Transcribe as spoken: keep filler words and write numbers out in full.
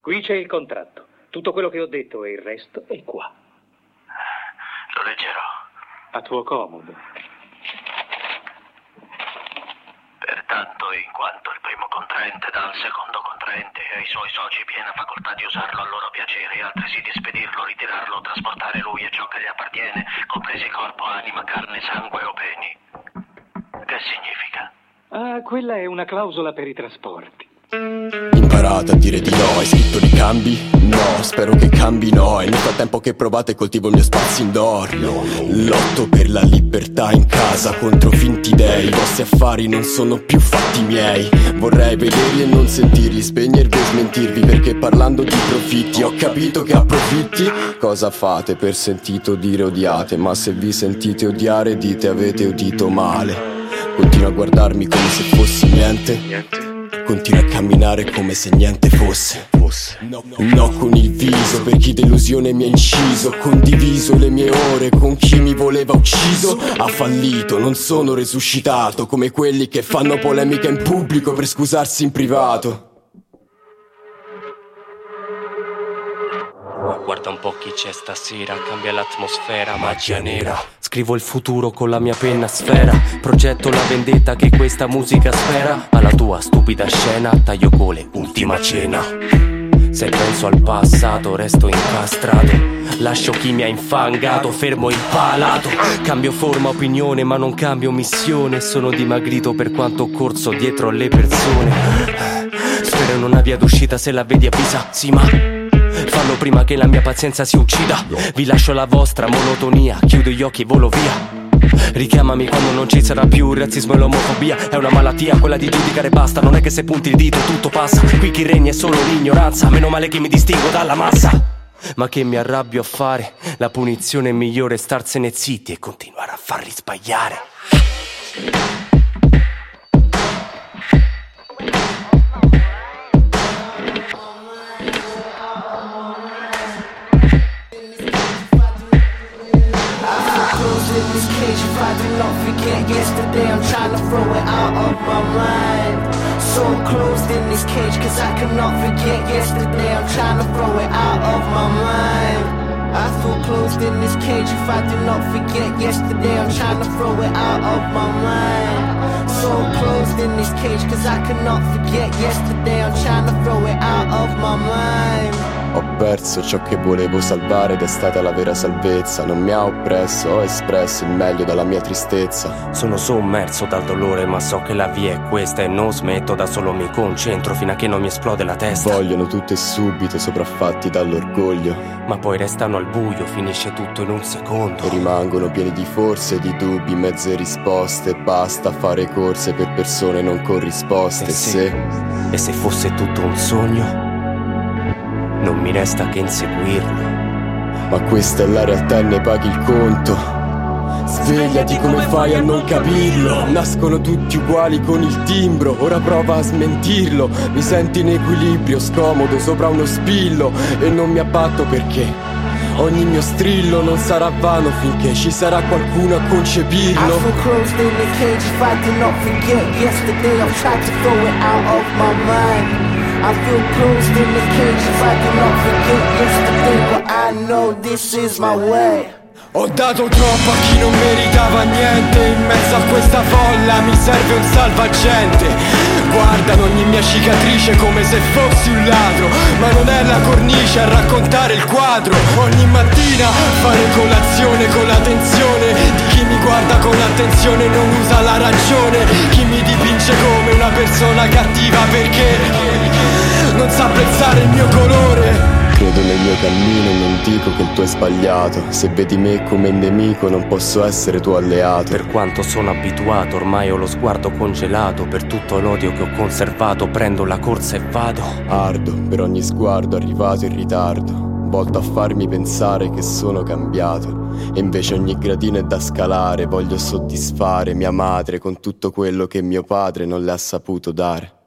Qui c'è il contratto. Tutto quello che ho detto e il resto è qua. Lo leggerò. A tuo comodo. Pertanto, in quanto il primo contraente dà al secondo contraente e ai suoi soci piena facoltà di usarlo a loro piacere e altresì di spedirlo, ritirarlo, trasportare lui e ciò che gli appartiene, compresi corpo, anima, carne, sangue o beni. Che significa? Ah, quella è una clausola per i trasporti. Imparate a dire di no, hai scritto ricambi? No, spero che cambi no. E nel frattempo che provate coltivo il mio spazio indoor. Lotto per la libertà in casa contro finti dei. I vostri affari non sono più fatti miei. Vorrei vederli e non sentirli, spegnervi e smentirvi, perché parlando di profitti ho capito che approfitti. Cosa fate per sentito dire odiate? Ma se vi sentite odiare dite avete udito male. Continua a guardarmi come se fossi niente. Continua a camminare come se niente fosse. No, no con il viso per chi delusione mi ha inciso. Condiviso le mie ore con chi mi voleva ucciso. Ha fallito, non sono resuscitato come quelli che fanno polemica in pubblico per scusarsi in privato. Guarda un po' chi c'è stasera, cambia l'atmosfera, magia nera. Scrivo il futuro con la mia penna sfera. Progetto la vendetta che questa musica spera. Alla tua stupida scena taglio cole, ultima cena. Se penso al passato resto incastrato. Lascio chi mi ha infangato, fermo impalato. Cambio forma, opinione ma non cambio missione. Sono dimagrito per quanto ho corso dietro alle persone. Spero in una via d'uscita, se la vedi avvisa, sì ma fallo prima che la mia pazienza si uccida. Vi lascio la vostra monotonia, chiudo gli occhi e volo via. Richiamami quando non ci sarà più il razzismo e l'omofobia. È una malattia quella di giudicare basta. Non è che se punti il dito tutto passa. Qui chi regna è solo l'ignoranza. Meno male che mi distingo dalla massa. Ma che mi arrabbio a fare? La punizione migliore è starsene zitti e continuare a farli sbagliare. In this cage, if I do not forget yesterday, I'm trying to throw it out of my mind. So closed in this cage, cause I cannot forget yesterday, I'm trying to throw it out of my mind. I feel closed in this cage, if I do not forget yesterday, I'm trying to throw it out of my mind. So closed in this cage, cause I cannot forget yesterday, I'm trying to throw it out of my mind. Ho perso ciò che volevo salvare ed è stata la vera salvezza. Non mi ha oppresso, ho espresso il meglio dalla mia tristezza. Sono sommerso dal dolore ma so che la via è questa. E non smetto, da solo mi concentro fino a che non mi esplode la testa. Vogliono tutto e subito, sopraffatti dall'orgoglio. Ma poi restano al buio, finisce tutto in un secondo. E rimangono pieni di forze, di dubbi, mezze risposte. Basta fare corse per persone non corrisposte. E se, e se fosse tutto un sogno? Non mi resta che inseguirlo. Ma questa è la realtà e ne paghi il conto. Svegliati, come fai a non capirlo? Nascono tutti uguali con il timbro, ora prova a smentirlo. Mi sento in equilibrio, scomodo sopra uno spillo. E non mi abbatto perché ogni mio strillo non sarà vano finché ci sarà qualcuno a concepirlo. I feel closed in the cage, if I do not forget yesterday, I've tried to throw it out of my mind. I feel closed in the cage, if I do not forget yesterday, but I know this is my way. Ho dato troppo a chi non meritava niente. In mezzo a questa folla mi serve un salvagente. Guardano ogni mia cicatrice come se fossi un ladro, ma non è la cornice a raccontare il quadro. Ogni mattina fare colazione con l'attenzione di chi mi guarda con attenzione e non usa la ragione. Chi mi dipinge come una persona cattiva perché non sa apprezzare il mio colore. Credo nel mio cammino e non dico che il tuo è sbagliato. Se vedi me come nemico non posso essere tuo alleato. Per quanto sono abituato ormai ho lo sguardo congelato. Per tutto l'odio che ho conservato prendo la corsa e vado. Ardo per ogni sguardo arrivato in ritardo, volto a farmi pensare che sono cambiato. E invece ogni gradino è da scalare. Voglio soddisfare mia madre con tutto quello che mio padre non le ha saputo dare.